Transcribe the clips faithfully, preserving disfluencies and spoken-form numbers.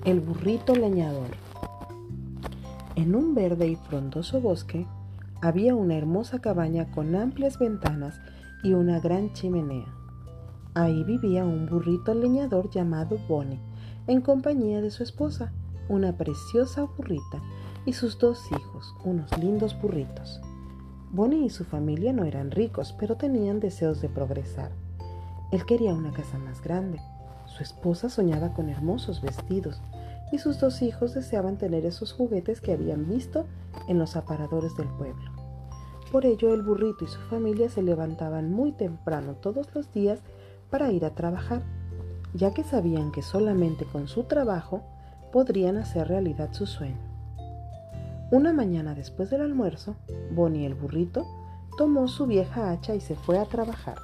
El burrito leñador. En un verde y frondoso bosque había una hermosa cabaña con amplias ventanas y una gran chimenea. Ahí vivía un burrito leñador llamado Bonnie, en compañía de su esposa, una preciosa burrita, y sus dos hijos, unos lindos burritos. Bonnie y su familia no eran ricos, pero tenían deseos de progresar. Él quería una casa más grande. Su esposa soñaba con hermosos vestidos y sus dos hijos deseaban tener esos juguetes que habían visto en los aparadores del pueblo. Por ello, el burrito y su familia se levantaban muy temprano todos los días para ir a trabajar, ya que sabían que solamente con su trabajo podrían hacer realidad su sueño. Una mañana después del almuerzo, Bonnie el burrito tomó su vieja hacha y se fue a trabajar.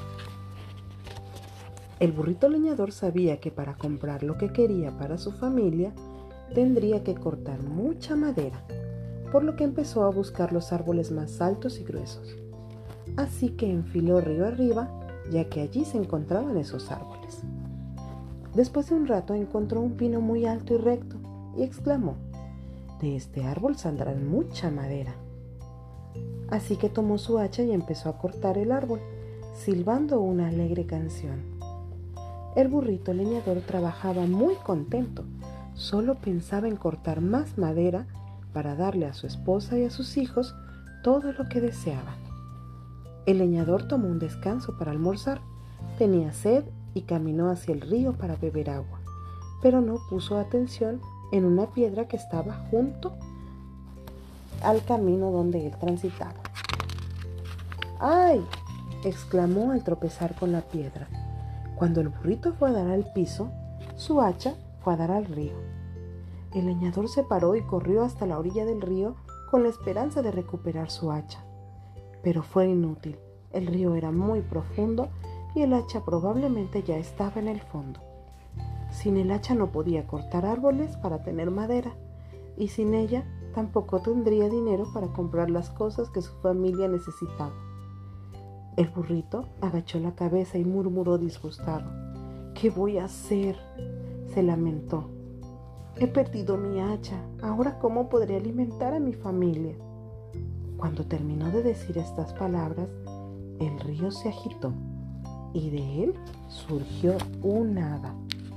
El burrito leñador sabía que para comprar lo que quería para su familia tendría que cortar mucha madera, por lo que empezó a buscar los árboles más altos y gruesos. Así que enfiló río arriba, ya que allí se encontraban esos árboles. Después de un rato encontró un pino muy alto y recto y exclamó: «De este árbol saldrá mucha madera». Así que tomó su hacha y empezó a cortar el árbol, silbando una alegre canción. El burrito leñador trabajaba muy contento, solo pensaba en cortar más madera para darle a su esposa y a sus hijos todo lo que deseaban. El leñador tomó un descanso para almorzar, tenía sed y caminó hacia el río para beber agua, pero no puso atención en una piedra que estaba junto al camino donde él transitaba. ¡Ay!, exclamó al tropezar con la piedra. Cuando el burrito fue a dar al piso, su hacha fue a dar al río. El leñador se paró y corrió hasta la orilla del río con la esperanza de recuperar su hacha. Pero fue inútil. El río era muy profundo y el hacha probablemente ya estaba en el fondo. Sin el hacha no podía cortar árboles para tener madera, y sin ella tampoco tendría dinero para comprar las cosas que su familia necesitaba. El burrito agachó la cabeza y murmuró disgustado: «¿Qué voy a hacer?», se lamentó. «He perdido mi hacha. ¿Ahora cómo podré alimentar a mi familia?». Cuando terminó de decir estas palabras, el río se agitó y de él surgió un hada.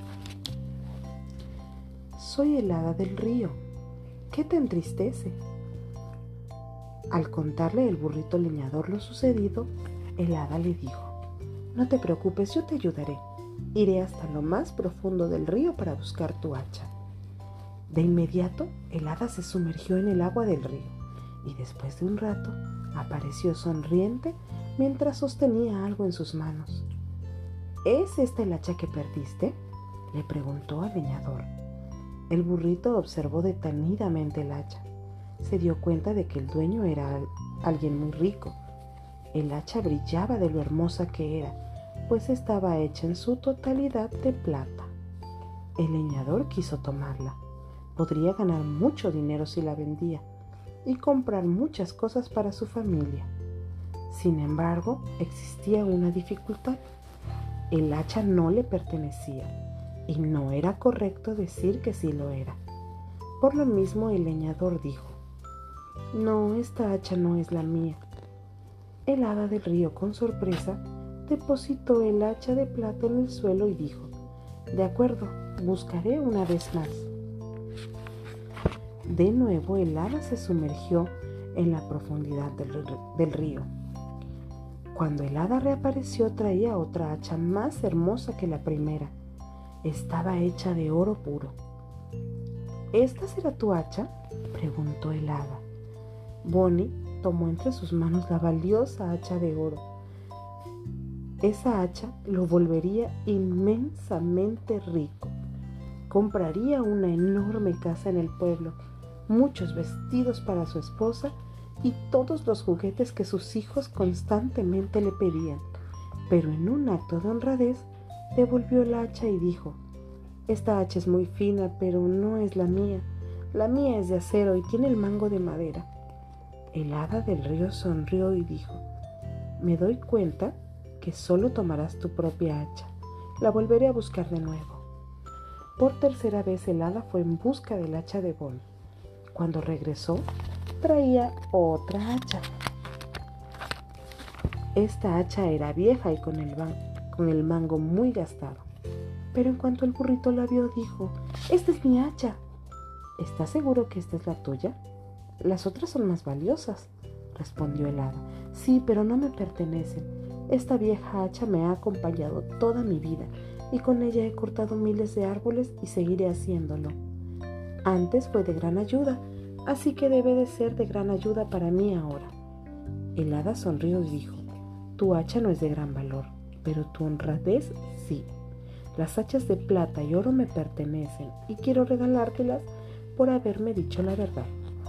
«Soy el hada del río. ¿Qué te entristece?». Al contarle el burrito leñador lo sucedido, el hada le dijo: «No te preocupes, yo te ayudaré. Iré hasta lo más profundo del río para buscar tu hacha». De inmediato, el hada se sumergió en el agua del río y después de un rato apareció sonriente mientras sostenía algo en sus manos. «¿Es esta el hacha que perdiste?», le preguntó al leñador. El burrito observó detenidamente el hacha. Se dio cuenta de que el dueño era alguien muy rico. El hacha brillaba de lo hermosa que era, pues estaba hecha en su totalidad de plata. El leñador quiso tomarla. Podría ganar mucho dinero si la vendía y comprar muchas cosas para su familia. Sin embargo, existía una dificultad. El hacha no le pertenecía y no era correcto decir que sí lo era. Por lo mismo, el leñador dijo: «No, esta hacha no es la mía». El hada del río, con sorpresa, depositó el hacha de plata en el suelo y dijo: «De acuerdo, buscaré una vez más». De nuevo el hada se sumergió en la profundidad del, del río. Cuando el hada reapareció, traía otra hacha más hermosa que la primera. Estaba hecha de oro puro. «¿Esta será tu hacha?», preguntó el hada. Bonnie tomó entre sus manos la valiosa hacha de oro. Esa hacha lo volvería inmensamente rico. Compraría una enorme casa en el pueblo, muchos vestidos para su esposa y todos los juguetes que sus hijos constantemente le pedían. Pero en un acto de honradez, devolvió el hacha y dijo: «Esta hacha es muy fina, pero no es la mía. La mía es de acero y tiene el mango de madera». El hada del río sonrió y dijo: «Me doy cuenta que solo tomarás tu propia hacha. La volveré a buscar de nuevo». Por tercera vez el hada fue en busca del hacha de Bonnie. Cuando regresó, traía otra hacha. Esta hacha era vieja y con el, ban- con el mango muy gastado. Pero en cuanto el burrito la vio, dijo: «Esta es mi hacha». «¿Estás seguro que esta es la tuya? Las otras son más valiosas», respondió el hada. «Sí, pero no me pertenecen. Esta vieja hacha me ha acompañado toda mi vida y con ella he cortado miles de árboles y seguiré haciéndolo. Antes fue de gran ayuda, así que debe de ser de gran ayuda para mí ahora». El hada sonrió y dijo: «Tu hacha no es de gran valor, pero tu honradez sí. Las hachas de plata y oro me pertenecen y quiero regalártelas por haberme dicho la verdad».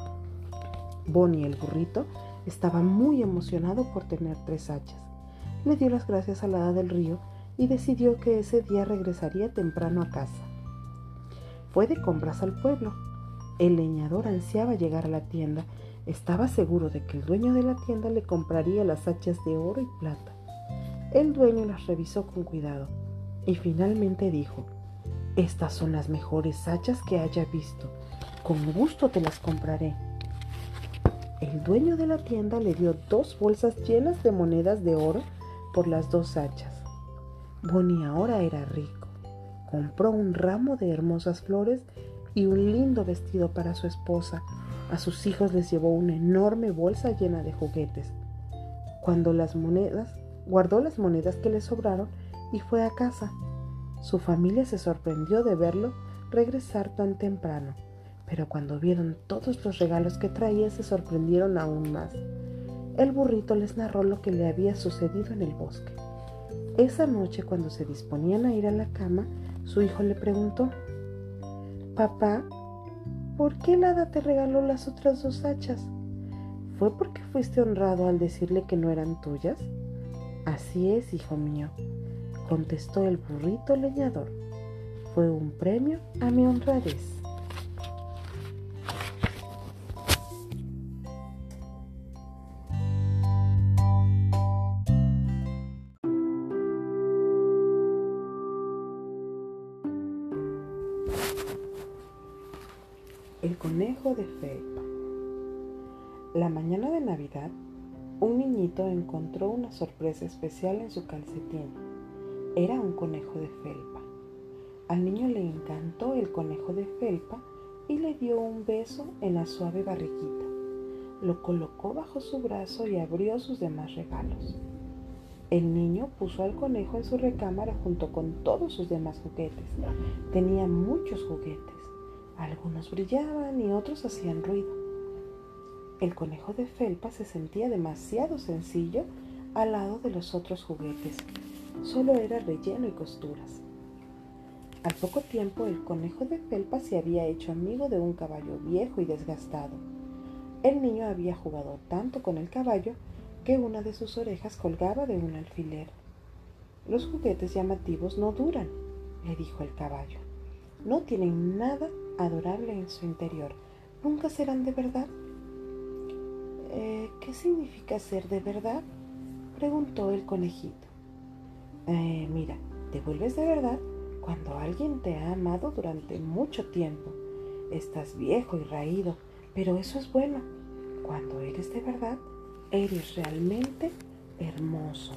Bonnie, el burrito, estaba muy emocionado por tener tres hachas. Le dio las gracias al hada del río y decidió que ese día regresaría temprano a casa. Fue de compras al pueblo. El leñador ansiaba llegar a la tienda. Estaba seguro de que el dueño de la tienda le compraría las hachas de oro y plata. El dueño las revisó con cuidado y finalmente dijo: «Estas son las mejores hachas que haya visto. Con gusto te las compraré». El dueño de la tienda le dio dos bolsas llenas de monedas de oro por las dos hachas. Bonnie ahora era rico. Compró un ramo de hermosas flores y un lindo vestido para su esposa. A sus hijos les llevó una enorme bolsa llena de juguetes. Cuando las monedas, guardó las monedas que le sobraron y fue a casa. Su familia se sorprendió de verlo regresar tan temprano, pero cuando vieron todos los regalos que traía se sorprendieron aún más. El burrito les narró lo que le había sucedido en el bosque. Esa noche, cuando se disponían a ir a la cama, su hijo le preguntó: «Papá, ¿por qué el hada te regaló las otras dos hachas? ¿Fue porque fuiste honrado al decirle que no eran tuyas?». «Así es, hijo mío», contestó el burrito leñador. «Fue un premio a mi honradez». El conejo de felpa. La mañana de Navidad, un niñito encontró una sorpresa especial en su calcetín. Era un conejo de felpa. Al niño le encantó el conejo de felpa y le dio un beso en la suave barriguita. Lo colocó bajo su brazo y abrió sus demás regalos. El niño puso al conejo en su recámara junto con todos sus demás juguetes. Tenía muchos juguetes. Algunos brillaban y otros hacían ruido. El conejo de felpa se sentía demasiado sencillo al lado de los otros juguetes. Solo era relleno y costuras. Al poco tiempo, el conejo de felpa se había hecho amigo de un caballo viejo y desgastado. El niño había jugado tanto con el caballo que una de sus orejas colgaba de un alfiler. «Los juguetes llamativos no duran», le dijo el caballo. «No tienen nada adorable en su interior. ¿Nunca serán de verdad?». «Eh, ¿Qué significa ser de verdad?», preguntó el conejito. Eh, mira, te vuelves de verdad cuando alguien te ha amado durante mucho tiempo. Estás viejo y raído, pero eso es bueno. Cuando eres de verdad, eres realmente hermoso.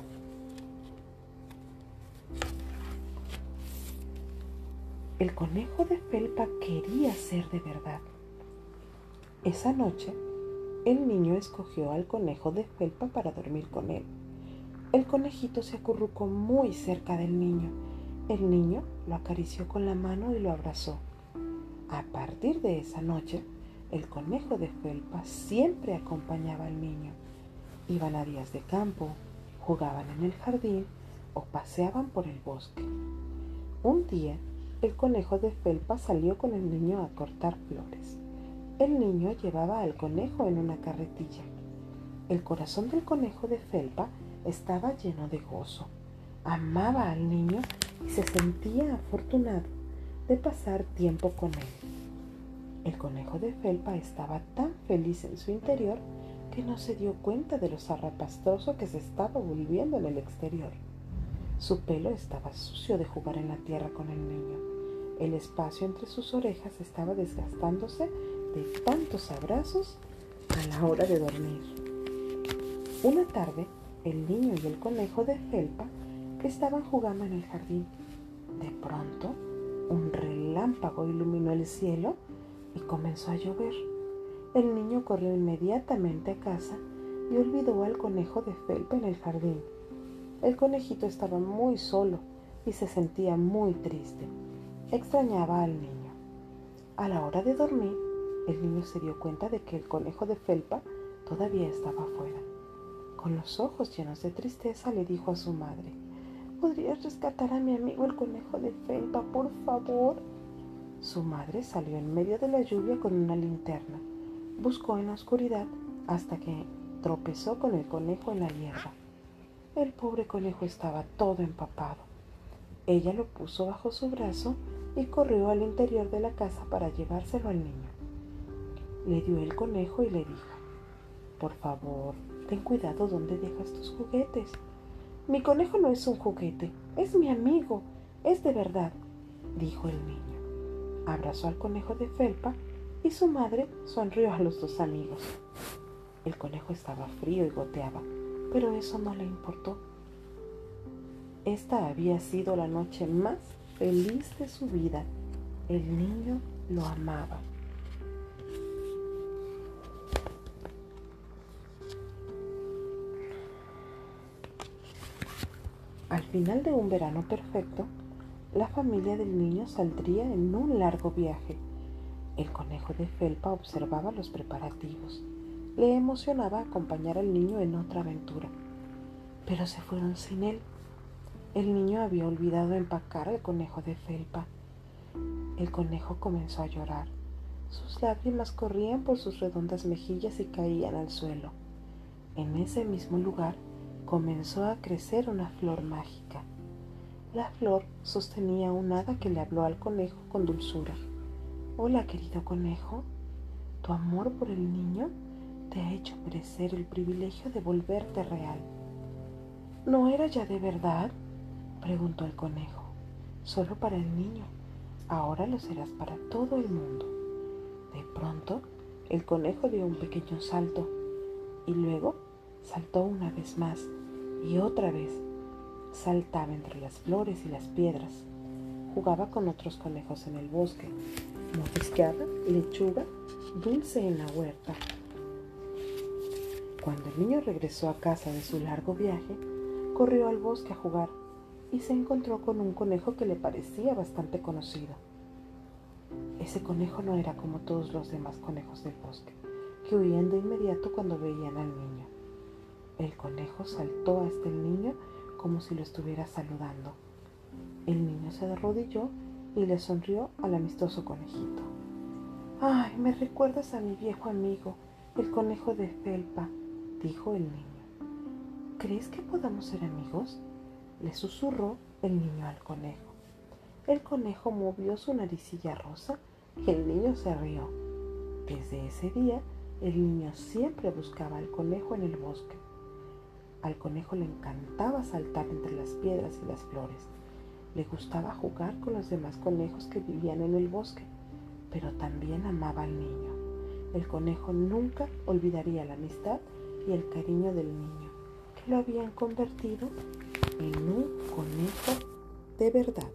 El conejo de felpa quería ser de verdad. Esa noche, el niño escogió al conejo de felpa para dormir con él. El conejito se acurrucó muy cerca del niño. El niño lo acarició con la mano y lo abrazó. A partir de esa noche, el conejo de felpa siempre acompañaba al niño. Iban a días de campo, jugaban en el jardín o paseaban por el bosque. Un día, el conejo de felpa salió con el niño a cortar flores. El niño llevaba al conejo en una carretilla. El corazón del conejo de felpa estaba lleno de gozo. Amaba al niño y se sentía afortunado de pasar tiempo con él. El conejo de felpa estaba tan feliz en su interior que no se dio cuenta de lo zarrapastroso que se estaba volviendo en el exterior. Su pelo estaba sucio de jugar en la tierra con el niño. El espacio entre sus orejas estaba desgastándose de tantos abrazos a la hora de dormir. Una tarde, el niño y el conejo de felpa estaban jugando en el jardín. De pronto, un relámpago iluminó el cielo y comenzó a llover. El niño corrió inmediatamente a casa y olvidó al conejo de felpa en el jardín. El conejito estaba muy solo y se sentía muy triste. Extrañaba al niño. A la hora de dormir, el niño se dio cuenta de que el conejo de felpa todavía estaba afuera. Con los ojos llenos de tristeza le dijo a su madre: ¿podrías rescatar a mi amigo el conejo de felpa, por favor? Su madre salió en medio de la lluvia con una linterna. Buscó en la oscuridad hasta que tropezó con el conejo en la hierba. El pobre conejo estaba todo empapado. Ella lo puso bajo su brazo y corrió al interior de la casa para llevárselo al niño. Le dio el conejo y le dijo: por favor, ten cuidado donde dejas tus juguetes. Mi conejo no es un juguete, es mi amigo, es de verdad, dijo el niño. Abrazó al conejo de felpa y su madre sonrió a los dos amigos. El conejo estaba frío y goteaba, pero eso no le importó. Esta había sido la noche más feliz de su vida. El niño lo amaba. Al final de un verano perfecto, la familia del niño saldría en un largo viaje. El conejo de felpa observaba los preparativos. Le emocionaba acompañar al niño en otra aventura. Pero se fueron sin él. El niño había olvidado empacar al conejo de felpa. El conejo comenzó a llorar. Sus lágrimas corrían por sus redondas mejillas y caían al suelo. En ese mismo lugar comenzó a crecer una flor mágica. La flor sostenía un hada que le habló al conejo con dulzura. Hola, querido conejo, tu amor por el niño te ha hecho merecer el privilegio de volverte real. ¿No era ya de verdad?, preguntó el conejo. Solo para el niño. Ahora lo serás para todo el mundo. De pronto, el conejo dio un pequeño salto y luego saltó una vez más y otra vez. Saltaba entre las flores y las piedras. Jugaba con otros conejos en el bosque. Mordisqueaba lechuga dulce en la huerta. Cuando el niño regresó a casa de su largo viaje, corrió al bosque a jugar y se encontró con un conejo que le parecía bastante conocido. Ese conejo no era como todos los demás conejos del bosque, que huían de inmediato cuando veían al niño. El conejo saltó hasta el niño como si lo estuviera saludando. El niño se arrodilló y le sonrió al amistoso conejito. «Ay, me recuerdas a mi viejo amigo, el conejo de felpa», dijo el niño. «¿Crees que podamos ser amigos?», le susurró el niño al conejo. El conejo movió su naricilla rosa y el niño se rió. Desde ese día, el niño siempre buscaba al conejo en el bosque. Al conejo le encantaba saltar entre las piedras y las flores. Le gustaba jugar con los demás conejos que vivían en el bosque, pero también amaba al niño. El conejo nunca olvidaría la amistad y el cariño del niño, que lo habían convertido en un conejo de verdad.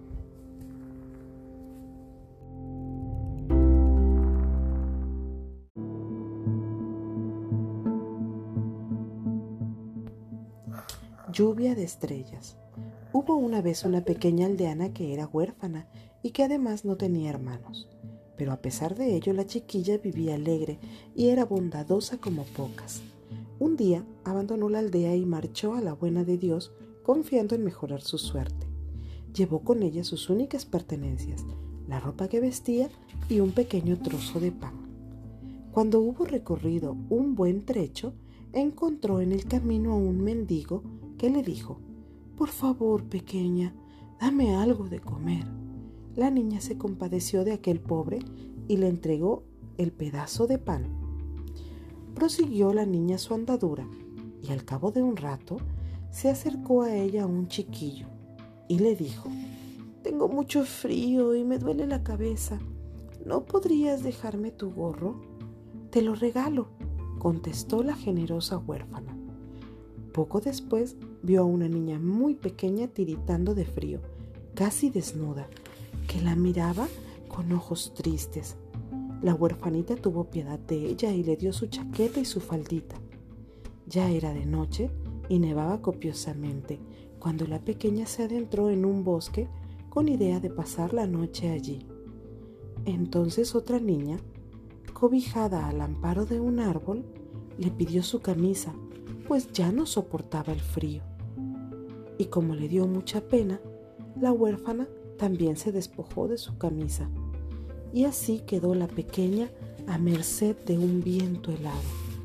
Lluvia de estrellas. Hubo una vez una pequeña aldeana que era huérfana y que además no tenía hermanos. Pero a pesar de ello, la chiquilla vivía alegre y era bondadosa como pocas. Un día abandonó la aldea y marchó a la buena de Dios, confiando en mejorar su suerte. Llevó con ella sus únicas pertenencias, la ropa que vestía y un pequeño trozo de pan. Cuando hubo recorrido un buen trecho, encontró en el camino a un mendigo que le dijo: «Por favor, pequeña, dame algo de comer». La niña se compadeció de aquel pobre y le entregó el pedazo de pan. Prosiguió la niña su andadura y al cabo de un rato se acercó a ella un chiquillo y le dijo: tengo mucho frío y me duele la cabeza. ¿No podrías dejarme tu gorro? Te lo regalo, contestó la generosa huérfana. Poco después vio a una niña muy pequeña tiritando de frío, casi desnuda, que la miraba con ojos tristes. La huerfanita tuvo piedad de ella y le dio su chaqueta y su faldita. Ya era de noche y nevaba copiosamente cuando la pequeña se adentró en un bosque con idea de pasar la noche allí. Entonces otra niña, cobijada al amparo de un árbol, le pidió su camisa, pues ya no soportaba el frío. Y como le dio mucha pena, la huérfana también se despojó de su camisa, y así quedó la pequeña a merced de un viento helado.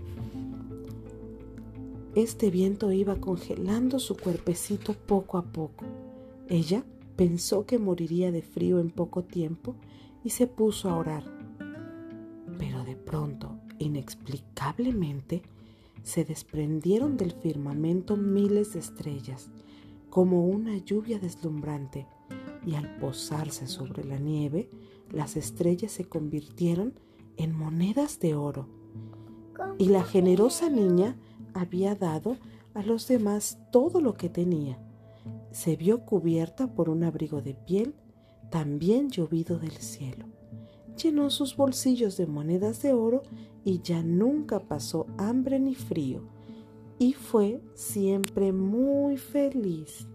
Este viento iba congelando su cuerpecito poco a poco. Ella pensó que moriría de frío en poco tiempo y se puso a orar. Pero de pronto, inexplicablemente, se desprendieron del firmamento miles de estrellas, como una lluvia deslumbrante, y al posarse sobre la nieve, las estrellas se convirtieron en monedas de oro. Y la generosa niña había dado a los demás todo lo que tenía. Se vio cubierta por un abrigo de piel, también llovido del cielo. Llenó sus bolsillos de monedas de oro y ya nunca pasó hambre ni frío, y fue siempre muy feliz.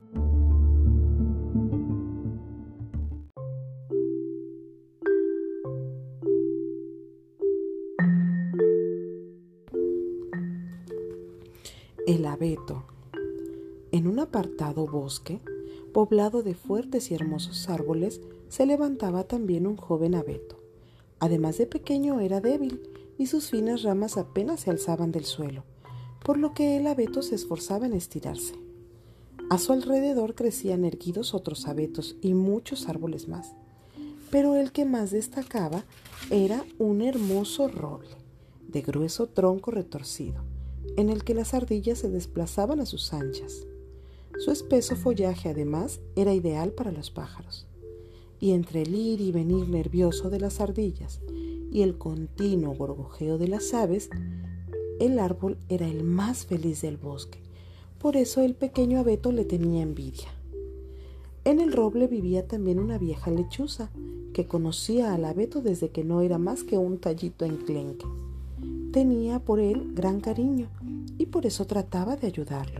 El abeto. En un apartado bosque, poblado de fuertes y hermosos árboles, se levantaba también un joven abeto. Además de pequeño, era débil y sus finas ramas apenas se alzaban del suelo, por lo que el abeto se esforzaba en estirarse. A su alrededor crecían erguidos otros abetos y muchos árboles más, pero el que más destacaba era un hermoso roble, de grueso tronco retorcido, en el que las ardillas se desplazaban a sus anchas. Su espeso follaje, además, era ideal para los pájaros. Y entre el ir y venir nervioso de las ardillas y el continuo gorgojeo de las aves, el árbol era el más feliz del bosque. Por eso el pequeño abeto le tenía envidia. En el roble vivía también una vieja lechuza, que conocía al abeto desde que no era más que un tallito enclenque. Tenía por él gran cariño y por eso trataba de ayudarlo.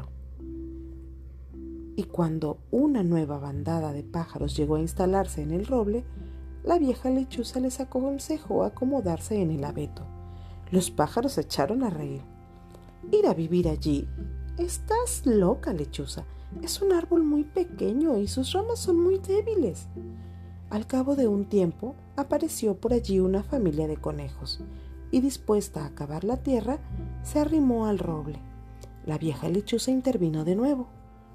Y cuando una nueva bandada de pájaros llegó a instalarse en el roble, la vieja lechuza les aconsejó acomodarse en el abeto. Los pájaros se echaron a reír. ¿Ir a vivir allí? Estás loca, lechuza. Es un árbol muy pequeño y sus ramas son muy débiles. Al cabo de un tiempo, apareció por allí una familia de conejos, y dispuesta a cavar la tierra, se arrimó al roble. La vieja lechuza intervino de nuevo.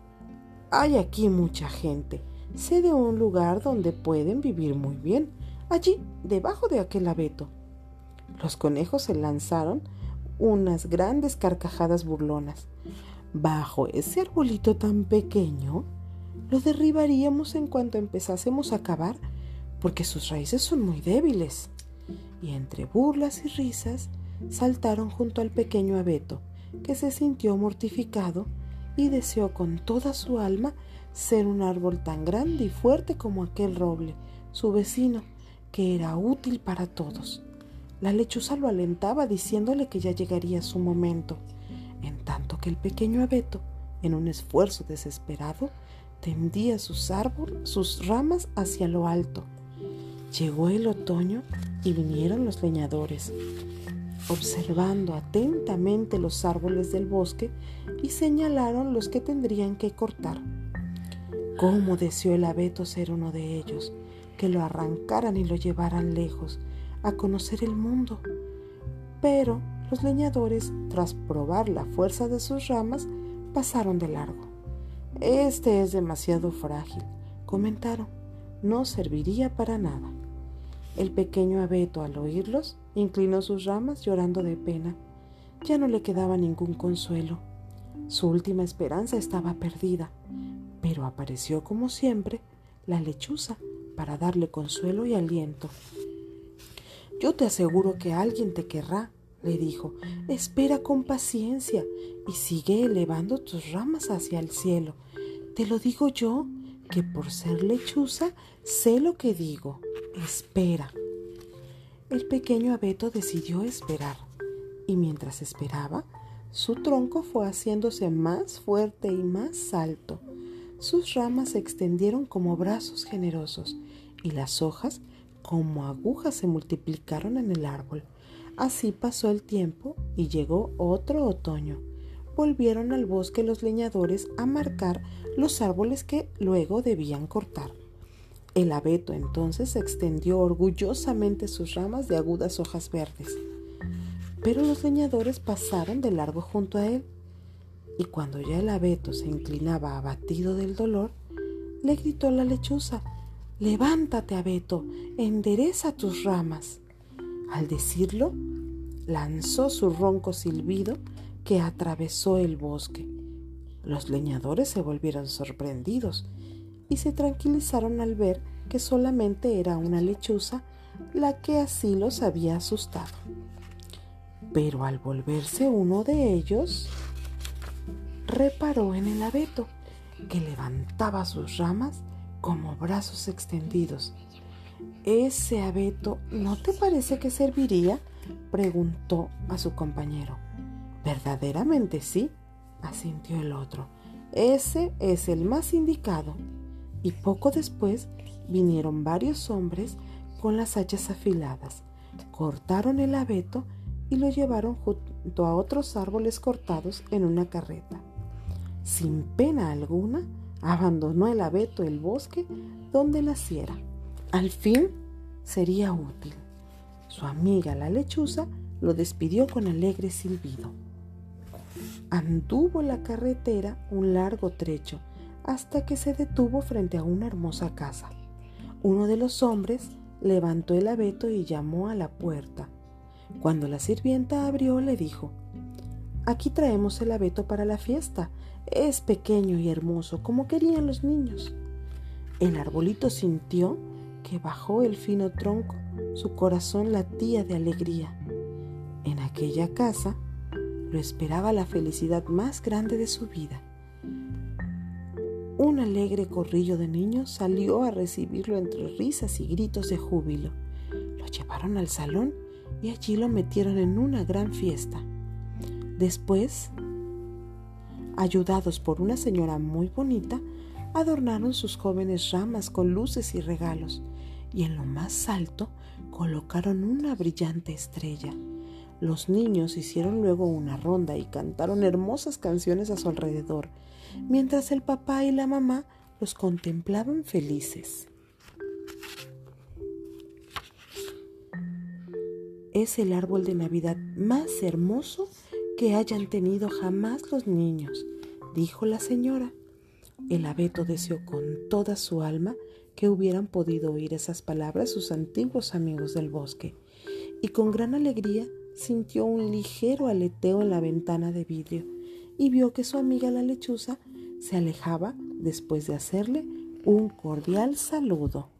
Hay aquí mucha gente. Sé de un lugar donde pueden vivir muy bien, allí, debajo de aquel abeto. Los conejos se lanzaron unas grandes carcajadas burlonas. ¿Bajo ese arbolito tan pequeño? Lo derribaríamos en cuanto empezásemos a cavar, porque sus raíces son muy débiles. Y entre burlas y risas, saltaron junto al pequeño abeto, que se sintió mortificado y deseó con toda su alma ser un árbol tan grande y fuerte como aquel roble, su vecino, que era útil para todos. La lechuza lo alentaba diciéndole que ya llegaría su momento, en tanto que el pequeño abeto, en un esfuerzo desesperado, tendía sus árboles, sus ramas hacia lo alto. Llegó el otoño y vinieron los leñadores, observando atentamente los árboles del bosque, y señalaron los que tendrían que cortar. Cómo deseó el abeto ser uno de ellos, que lo arrancaran y lo llevaran lejos, a conocer el mundo. Pero los leñadores, tras probar la fuerza de sus ramas, pasaron de largo. Este es demasiado frágil, comentaron. No serviría para nada. El pequeño abeto, al oírlos, inclinó sus ramas llorando de pena. Ya no le quedaba ningún consuelo. Su última esperanza estaba perdida, pero apareció como siempre la lechuza para darle consuelo y aliento. «Yo te aseguro que alguien te querrá», le dijo. «Espera con paciencia y sigue elevando tus ramas hacia el cielo. Te lo digo yo, que por ser lechuza sé lo que digo. Espera». El pequeño abeto decidió esperar, y mientras esperaba, su tronco fue haciéndose más fuerte y más alto. Sus ramas se extendieron como brazos generosos, y las hojas, como agujas, se multiplicaron en el árbol. Así pasó el tiempo y llegó otro otoño. Volvieron al bosque los leñadores a marcar los árboles que luego debían cortar. El abeto entonces extendió orgullosamente sus ramas de agudas hojas verdes. Pero los leñadores pasaron de largo junto a él, y cuando ya el abeto se inclinaba abatido del dolor, le gritó a la lechuza: «Levántate, abeto, endereza tus ramas». Al decirlo, lanzó su ronco silbido que atravesó el bosque. Los leñadores se volvieron sorprendidos y se tranquilizaron al ver que solamente era una lechuza la que así los había asustado. Pero al volverse uno de ellos, reparó en el abeto, que levantaba sus ramas como brazos extendidos. «¿Ese abeto no te parece que serviría?», preguntó a su compañero. «Verdaderamente sí», asintió el otro. «Ese es el más indicado». Y poco después vinieron varios hombres con las hachas afiladas, cortaron el abeto y lo llevaron junto a otros árboles cortados en una carreta. Sin pena alguna, abandonó el abeto el bosque donde naciera. Al fin sería útil. Su amiga la lechuza lo despidió con alegre silbido. Anduvo la carretera un largo trecho hasta que se detuvo frente a una hermosa casa. Uno de los hombres levantó el abeto y llamó a la puerta. Cuando la sirvienta abrió, le dijo: «Aquí traemos el abeto para la fiesta. Es pequeño y hermoso, como querían los niños». El arbolito sintió que bajo el fino tronco su corazón latía de alegría. En aquella casa lo esperaba la felicidad más grande de su vida. Un alegre corrillo de niños salió a recibirlo entre risas y gritos de júbilo. Lo llevaron al salón y allí lo metieron en una gran fiesta. Después, ayudados por una señora muy bonita, adornaron sus jóvenes ramas con luces y regalos, y en lo más alto colocaron una brillante estrella. Los niños hicieron luego una ronda y cantaron hermosas canciones a su alrededor, mientras el papá y la mamá los contemplaban felices. «Es el árbol de Navidad más hermoso que hayan tenido jamás los niños», dijo la señora. El abeto deseó con toda su alma que hubieran podido oír esas palabras sus antiguos amigos del bosque, y con gran alegría sintió un ligero aleteo en la ventana de vidrio y vio que su amiga la lechuza se alejaba después de hacerle un cordial saludo.